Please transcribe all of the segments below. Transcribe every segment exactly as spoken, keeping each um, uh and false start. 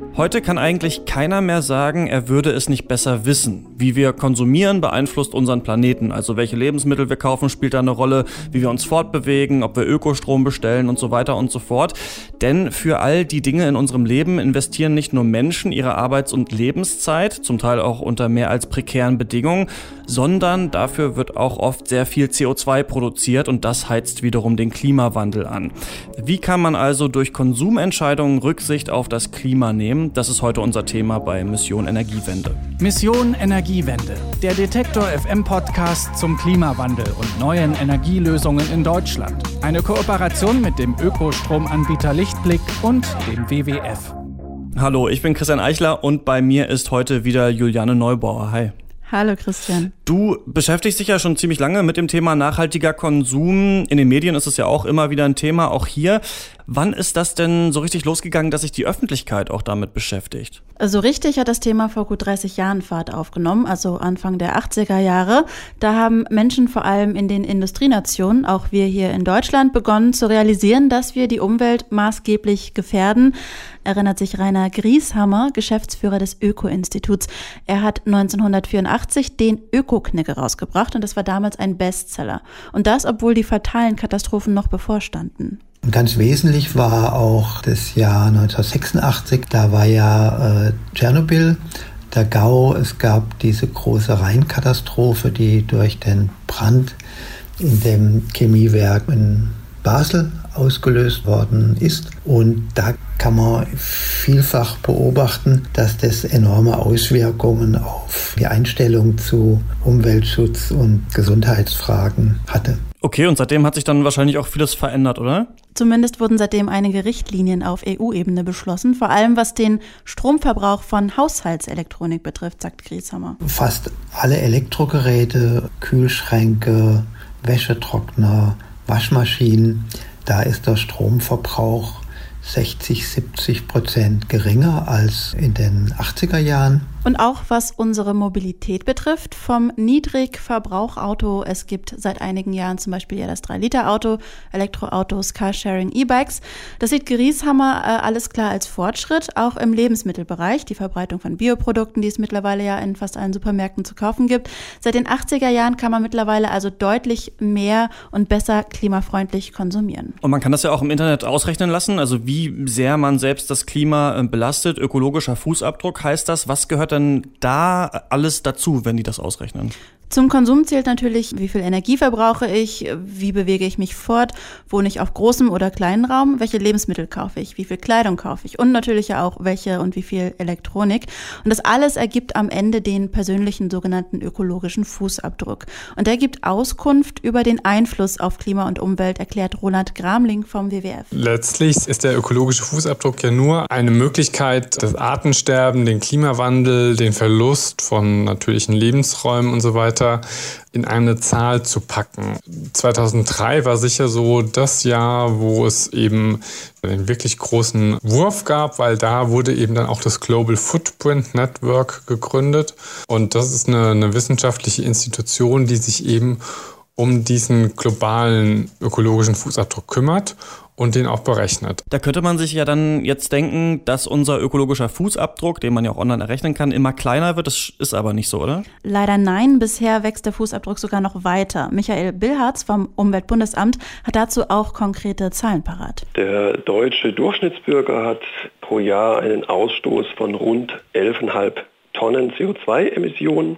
Heute kann eigentlich keiner mehr sagen, er würde es nicht besser wissen. Wie wir konsumieren, beeinflusst unseren Planeten. Also welche Lebensmittel wir kaufen, spielt da eine Rolle, wie wir uns fortbewegen, ob wir Ökostrom bestellen und so weiter und so fort. Denn für all die Dinge in unserem Leben investieren nicht nur Menschen ihre Arbeits- und Lebenszeit, zum Teil auch unter mehr als prekären Bedingungen, sondern dafür wird auch oft sehr viel C O zwei produziert und das heizt wiederum den Klimawandel an. Wie kann man also durch Konsumentscheidungen Rücksicht auf das Klima nehmen? Das ist heute unser Thema bei Mission Energiewende. Mission Energiewende, der Detektor F M Podcast zum Klimawandel und neuen Energielösungen in Deutschland. Eine Kooperation mit dem Ökostromanbieter Lichtblick und dem W W F. Hallo, ich bin Christian Eichler und bei mir ist heute wieder Juliane Neubauer. Hi. Hallo Christian. Du beschäftigst dich ja schon ziemlich lange mit dem Thema nachhaltiger Konsum. In den Medien ist es ja auch immer wieder ein Thema, auch hier. Wann ist das denn so richtig losgegangen, dass sich die Öffentlichkeit auch damit beschäftigt? Also richtig hat das Thema vor gut dreißig Jahren Fahrt aufgenommen, also Anfang der achtziger Jahre. Da haben Menschen vor allem in den Industrienationen, auch wir hier in Deutschland, begonnen zu realisieren, dass wir die Umwelt maßgeblich gefährden. Erinnert sich Rainer Grieshammer, Geschäftsführer des Öko-Instituts. Er hat neunzehnhundertvierundachtzig den Öko-Knicke rausgebracht und das war damals ein Bestseller. Und das, obwohl die fatalen Katastrophen noch bevorstanden. Und ganz wesentlich war auch das Jahr neunzehnhundertsechsundachtzig, da war ja äh, Tschernobyl, der GAU, es gab diese große Rheinkatastrophe, die durch den Brand in dem Chemiewerk in Basel ausgelöst worden ist. Und da kann man vielfach beobachten, dass das enorme Auswirkungen auf die Einstellung zu Umweltschutz und Gesundheitsfragen hatte. Okay, und seitdem hat sich dann wahrscheinlich auch vieles verändert, oder? Zumindest wurden seitdem einige Richtlinien auf E U-Ebene beschlossen, vor allem was den Stromverbrauch von Haushaltselektronik betrifft, sagt Grieshammer. Fast alle Elektrogeräte, Kühlschränke, Wäschetrockner, Waschmaschinen, da ist der Stromverbrauch sechzig, siebzig Prozent geringer als in den achtziger Jahren. Und auch was unsere Mobilität betrifft, vom Niedrigverbrauchauto, es gibt seit einigen Jahren zum Beispiel ja das drei Liter Auto, Elektroautos, Carsharing, E-Bikes. Das sieht Grieshammer äh, alles klar als Fortschritt, auch im Lebensmittelbereich, die Verbreitung von Bioprodukten, die es mittlerweile ja in fast allen Supermärkten zu kaufen gibt. Seit den achtziger Jahren kann man mittlerweile also deutlich mehr und besser klimafreundlich konsumieren. Und man kann das ja auch im Internet ausrechnen lassen, also wie sehr man selbst das Klima belastet. Ökologischer Fußabdruck heißt das. Was gehört denn da alles dazu, wenn die das ausrechnen? Zum Konsum zählt natürlich, wie viel Energie verbrauche ich, wie bewege ich mich fort, wohne ich auf großem oder kleinen Raum, welche Lebensmittel kaufe ich, wie viel Kleidung kaufe ich und natürlich ja auch welche und wie viel Elektronik. Und das alles ergibt am Ende den persönlichen sogenannten ökologischen Fußabdruck. Und der gibt Auskunft über den Einfluss auf Klima und Umwelt, erklärt Roland Gramling vom W W F. Letztlich ist der ökologische Fußabdruck ja nur eine Möglichkeit, das Artensterben, den Klimawandel, den Verlust von natürlichen Lebensräumen und so weiter in eine Zahl zu packen. zweitausenddrei war sicher so das Jahr, wo es eben einen wirklich großen Wurf gab, weil da wurde eben dann auch das Global Footprint Network gegründet. Und das ist eine, eine wissenschaftliche Institution, die sich eben um diesen globalen ökologischen Fußabdruck kümmert und den auch berechnet. Da könnte man sich ja dann jetzt denken, dass unser ökologischer Fußabdruck, den man ja auch online errechnen kann, immer kleiner wird. Das ist aber nicht so, oder? Leider nein. Bisher wächst der Fußabdruck sogar noch weiter. Michael Billharz vom Umweltbundesamt hat dazu auch konkrete Zahlen parat. Der deutsche Durchschnittsbürger hat pro Jahr einen Ausstoß von rund elf Komma fünf Tonnen C O zwei Emissionen.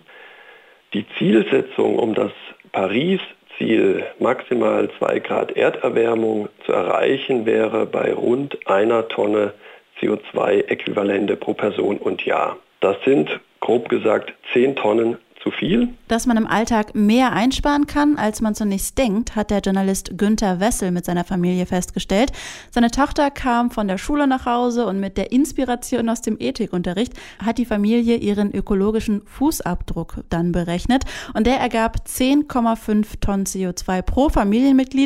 Die Zielsetzung, um das Paris-Ziel maximal zwei Grad Erderwärmung zu erreichen, wäre bei rund einer Tonne C O zwei Äquivalente pro Person und Jahr. Das sind, grob gesagt, zehn Tonnen zu viel. Dass man im Alltag mehr einsparen kann, als man zunächst denkt, hat der Journalist Günter Wessel mit seiner Familie festgestellt. Seine Tochter kam von der Schule nach Hause und mit der Inspiration aus dem Ethikunterricht hat die Familie ihren ökologischen Fußabdruck dann berechnet und der ergab zehn Komma fünf Tonnen C O zwei pro Familienmitglied.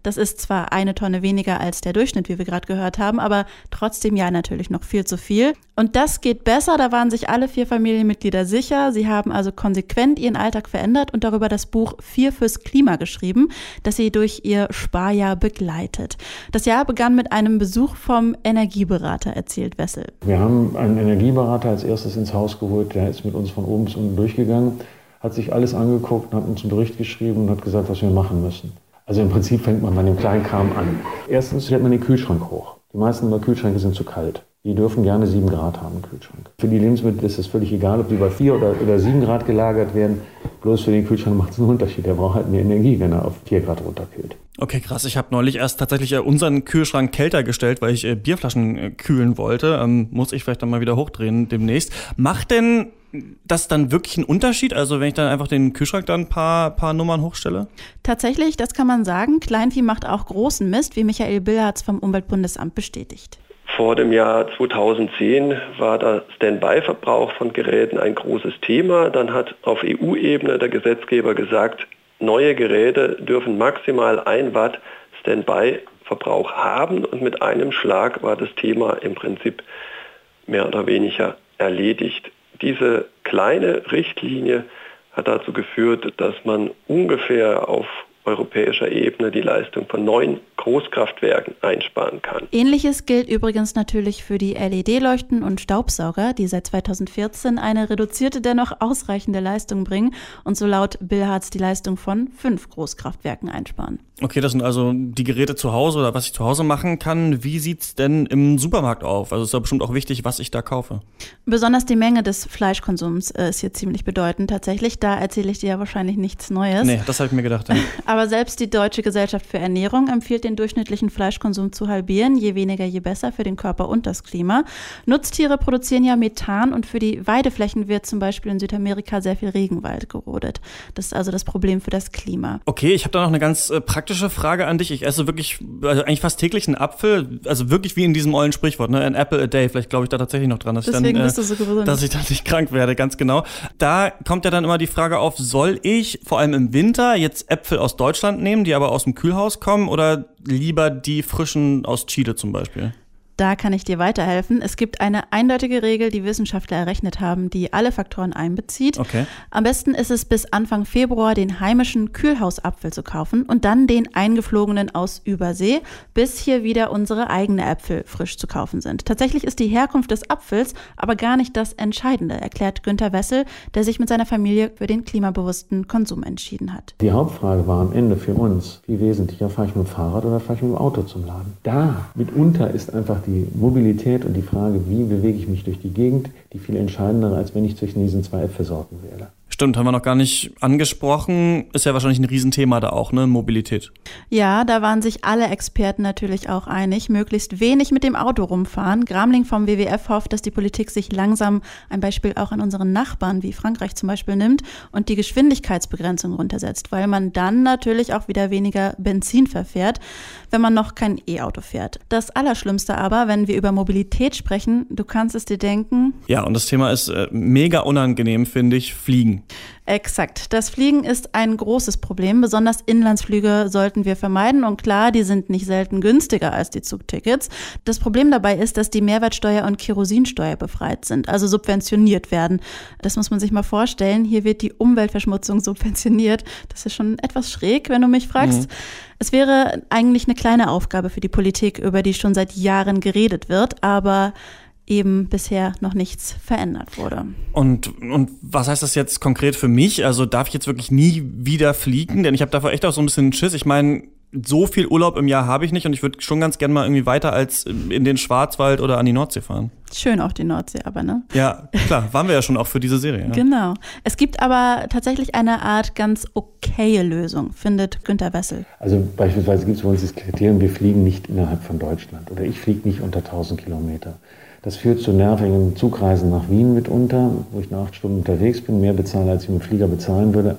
Das ist zwar eine Tonne weniger als der Durchschnitt, wie wir gerade gehört haben, aber trotzdem ja natürlich noch viel zu viel. Und das geht besser, da waren sich alle vier Familienmitglieder sicher. Sie haben also konsequent ihren Alltag verändert und darüber das Buch Vier fürs Klima geschrieben, das sie durch ihr Sparjahr begleitet. Das Jahr begann mit einem Besuch vom Energieberater, erzählt Wessel. Wir haben einen Energieberater als erstes ins Haus geholt, der ist mit uns von oben bis unten durchgegangen, hat sich alles angeguckt, hat uns einen Bericht geschrieben und hat gesagt, was wir machen müssen. Also im Prinzip fängt man bei dem kleinen Kram an. Erstens stellt man den Kühlschrank hoch. Die meisten Kühlschränke sind zu kalt. Die dürfen gerne sieben Grad haben im Kühlschrank. Für die Lebensmittel ist es völlig egal, ob die bei vier oder, oder sieben Grad gelagert werden. Bloß für den Kühlschrank macht es einen Unterschied. Der braucht halt mehr Energie, wenn er auf vier Grad runterkühlt. Okay, krass. Ich habe neulich erst tatsächlich äh, unseren Kühlschrank kälter gestellt, weil ich äh, Bierflaschen äh, kühlen wollte. Ähm, muss ich vielleicht dann mal wieder hochdrehen demnächst. Macht denn das dann wirklich einen Unterschied? Also wenn ich dann einfach den Kühlschrank dann ein paar, paar Nummern hochstelle? Tatsächlich, das kann man sagen. Kleinvieh macht auch großen Mist, wie Michael Billhartz vom Umweltbundesamt bestätigt. Vor dem Jahr zweitausendzehn war der Standby-Verbrauch von Geräten ein großes Thema. Dann hat auf E U-Ebene der Gesetzgeber gesagt, neue Geräte dürfen maximal ein Watt Standby-Verbrauch haben. Und mit einem Schlag war das Thema im Prinzip mehr oder weniger erledigt. Diese kleine Richtlinie hat dazu geführt, dass man ungefähr auf europäischer Ebene die Leistung von neun Großkraftwerken einsparen kann. Ähnliches gilt übrigens natürlich für die L E D-Leuchten und Staubsauger, die seit zweitausendvierzehn eine reduzierte, dennoch ausreichende Leistung bringen und so laut Billhartz die Leistung von fünf Großkraftwerken einsparen. Okay, das sind also die Geräte zu Hause oder was ich zu Hause machen kann. Wie sieht's denn im Supermarkt auf? Also ist ja bestimmt auch wichtig, was ich da kaufe. Besonders die Menge des Fleischkonsums ist hier ziemlich bedeutend tatsächlich. Da erzähle ich dir ja wahrscheinlich nichts Neues. Nee, das habe ich mir gedacht. Ja. Aber selbst die Deutsche Gesellschaft für Ernährung empfiehlt, den durchschnittlichen Fleischkonsum zu halbieren. Je weniger, je besser für den Körper und das Klima. Nutztiere produzieren ja Methan und für die Weideflächen wird zum Beispiel in Südamerika sehr viel Regenwald gerodet. Das ist also das Problem für das Klima. Okay, ich habe da noch eine ganz äh, praktische Frage an dich. Ich esse wirklich, also eigentlich fast täglich einen Apfel, also wirklich wie in diesem ollen Sprichwort, ne? An apple a day. Vielleicht glaube ich da tatsächlich noch dran, dass Deswegen ich dann, bist du so gesund. dass ich dann nicht krank werde, ganz genau. Da kommt ja dann immer die Frage auf, soll ich vor allem im Winter jetzt Äpfel aus Deutschland nehmen, die aber aus dem Kühlhaus kommen, oder lieber die frischen aus Chile zum Beispiel? Da kann ich dir weiterhelfen. Es gibt eine eindeutige Regel, die Wissenschaftler errechnet haben, die alle Faktoren einbezieht. Okay. Am besten ist es, bis Anfang Februar den heimischen Kühlhausapfel zu kaufen und dann den eingeflogenen aus Übersee, bis hier wieder unsere eigenen Äpfel frisch zu kaufen sind. Tatsächlich ist die Herkunft des Apfels aber gar nicht das Entscheidende, erklärt Günter Wessel, der sich mit seiner Familie für den klimabewussten Konsum entschieden hat. Die Hauptfrage war am Ende für uns viel wesentlicher, fahre ich mit dem Fahrrad oder fahre ich mit dem Auto zum Laden? Da mitunter ist einfach die Mobilität und die Frage, wie bewege ich mich durch die Gegend, die viel entscheidendere, als wenn ich zwischen diesen zwei Äpfelsorten wähle. Stimmt, haben wir noch gar nicht angesprochen. Ist ja wahrscheinlich ein Riesenthema da auch, ne? Mobilität. Ja, da waren sich alle Experten natürlich auch einig. Möglichst wenig mit dem Auto rumfahren. Gramling vom W W F hofft, dass die Politik sich langsam ein Beispiel auch an unseren Nachbarn wie Frankreich zum Beispiel nimmt und die Geschwindigkeitsbegrenzung runtersetzt, weil man dann natürlich auch wieder weniger Benzin verfährt, wenn man noch kein E-Auto fährt. Das Allerschlimmste aber, wenn wir über Mobilität sprechen, du kannst es dir denken. Ja, und das Thema ist äh, mega unangenehm, finde ich, Fliegen. Exakt. Das Fliegen ist ein großes Problem. Besonders Inlandsflüge sollten wir vermeiden. Und klar, die sind nicht selten günstiger als die Zugtickets. Das Problem dabei ist, dass die Mehrwertsteuer und Kerosinsteuer befreit sind, also subventioniert werden. Das muss man sich mal vorstellen. Hier wird die Umweltverschmutzung subventioniert. Das ist schon etwas schräg, wenn du mich fragst. Mhm. Es wäre eigentlich eine kleine Aufgabe für die Politik, über die schon seit Jahren geredet wird, aber eben bisher noch nichts verändert wurde. Und, und was heißt das jetzt konkret für mich? Also darf ich jetzt wirklich nie wieder fliegen? Denn ich habe davor echt auch so ein bisschen Schiss. Ich meine, so viel Urlaub im Jahr habe ich nicht und ich würde schon ganz gerne mal irgendwie weiter als in den Schwarzwald oder an die Nordsee fahren. Schön auch die Nordsee, aber ne? Ja, klar, waren wir ja schon auch für diese Serie. Ja. Genau. Es gibt aber tatsächlich eine Art ganz okaye Lösung, findet Günter Wessel. Also beispielsweise gibt es bei uns das Kriterium, wir fliegen nicht innerhalb von Deutschland oder ich fliege nicht unter tausend Kilometer. Das führt zu nervigen Zugreisen nach Wien mitunter, wo ich nach acht Stunden unterwegs bin, mehr bezahle, als ich mit dem Flieger bezahlen würde.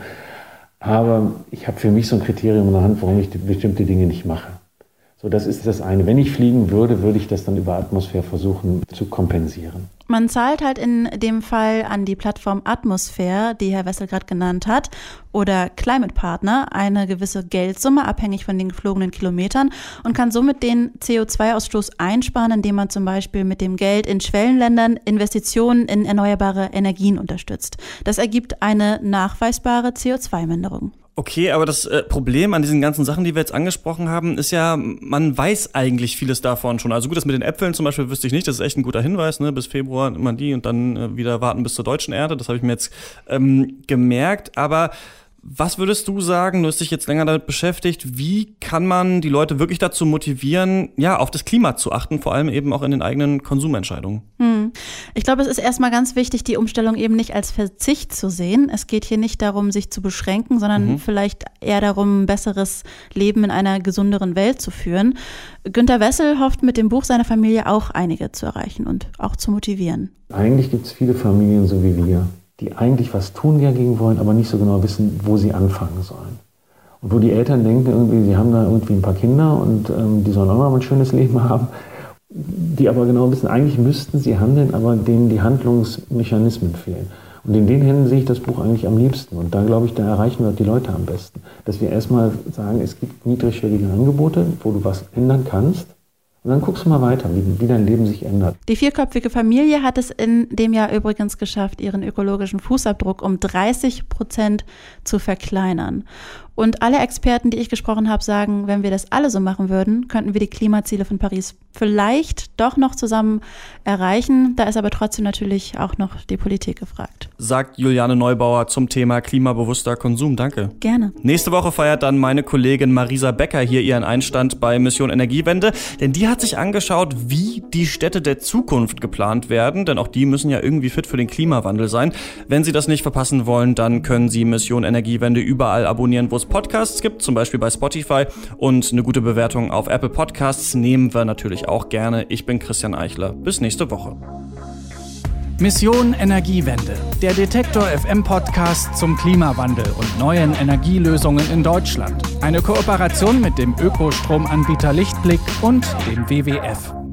Aber ich habe für mich so ein Kriterium in der Hand, warum ich bestimmte Dinge nicht mache. So, das ist das eine. Wenn ich fliegen würde, würde ich das dann über Atmosphäre versuchen zu kompensieren. Man zahlt halt in dem Fall an die Plattform Atmosphäre, die Herr Wessel gerade genannt hat, oder Climate Partner eine gewisse Geldsumme, abhängig von den geflogenen Kilometern, und kann somit den C O zwei Ausstoß einsparen, indem man zum Beispiel mit dem Geld in Schwellenländern Investitionen in erneuerbare Energien unterstützt. Das ergibt eine nachweisbare C O zwei Minderung. Okay, aber das äh, Problem an diesen ganzen Sachen, die wir jetzt angesprochen haben, ist ja, man weiß eigentlich vieles davon schon. Also gut, das mit den Äpfeln zum Beispiel wüsste ich nicht, das ist echt ein guter Hinweis, ne? Bis Februar immer die und dann äh, wieder warten bis zur deutschen Ernte. Das habe ich mir jetzt ähm, gemerkt, aber was würdest du sagen, du hast dich jetzt länger damit beschäftigt, wie kann man die Leute wirklich dazu motivieren, ja, auf das Klima zu achten, vor allem eben auch in den eigenen Konsumentscheidungen? Hm. Ich glaube, es ist erstmal ganz wichtig, die Umstellung eben nicht als Verzicht zu sehen. Es geht hier nicht darum, sich zu beschränken, sondern mhm. vielleicht eher darum, ein besseres Leben in einer gesünderen Welt zu führen. Günter Wessel hofft mit dem Buch seiner Familie auch einige zu erreichen und auch zu motivieren. Eigentlich gibt es viele Familien so wie wir, die eigentlich was tun dagegen wollen, aber nicht so genau wissen, wo sie anfangen sollen. Und wo die Eltern denken, irgendwie, sie haben da irgendwie ein paar Kinder und ähm, die sollen auch noch mal ein schönes Leben haben, die aber genau wissen, eigentlich müssten sie handeln, aber denen die Handlungsmechanismen fehlen. Und in den Händen sehe ich das Buch eigentlich am liebsten. Und da, glaube ich, da erreichen wir die Leute am besten. Dass wir erstmal sagen, es gibt niedrigschwellige Angebote, wo du was ändern kannst. Und dann guckst du mal weiter, wie, wie dein Leben sich ändert. Die vierköpfige Familie hat es in dem Jahr übrigens geschafft, ihren ökologischen Fußabdruck um dreißig Prozent zu verkleinern. Und alle Experten, die ich gesprochen habe, sagen, wenn wir das alle so machen würden, könnten wir die Klimaziele von Paris vielleicht doch noch zusammen erreichen. Da ist aber trotzdem natürlich auch noch die Politik gefragt. Sagt Juliane Neubauer zum Thema klimabewusster Konsum. Danke. Gerne. Nächste Woche feiert dann meine Kollegin Marisa Becker hier ihren Einstand bei Mission Energiewende. Denn die hat sich angeschaut, wie die Städte der Zukunft geplant werden. Denn auch die müssen ja irgendwie fit für den Klimawandel sein. Wenn Sie das nicht verpassen wollen, dann können Sie Mission Energiewende überall abonnieren, wo es Podcasts gibt, zum Beispiel bei Spotify, und eine gute Bewertung auf Apple Podcasts nehmen wir natürlich auch gerne. Ich bin Christian Eichler. Bis nächste Woche. Mission Energiewende, der Detektor F M Podcast zum Klimawandel und neuen Energielösungen in Deutschland. Eine Kooperation mit dem Ökostromanbieter Lichtblick und dem W W F.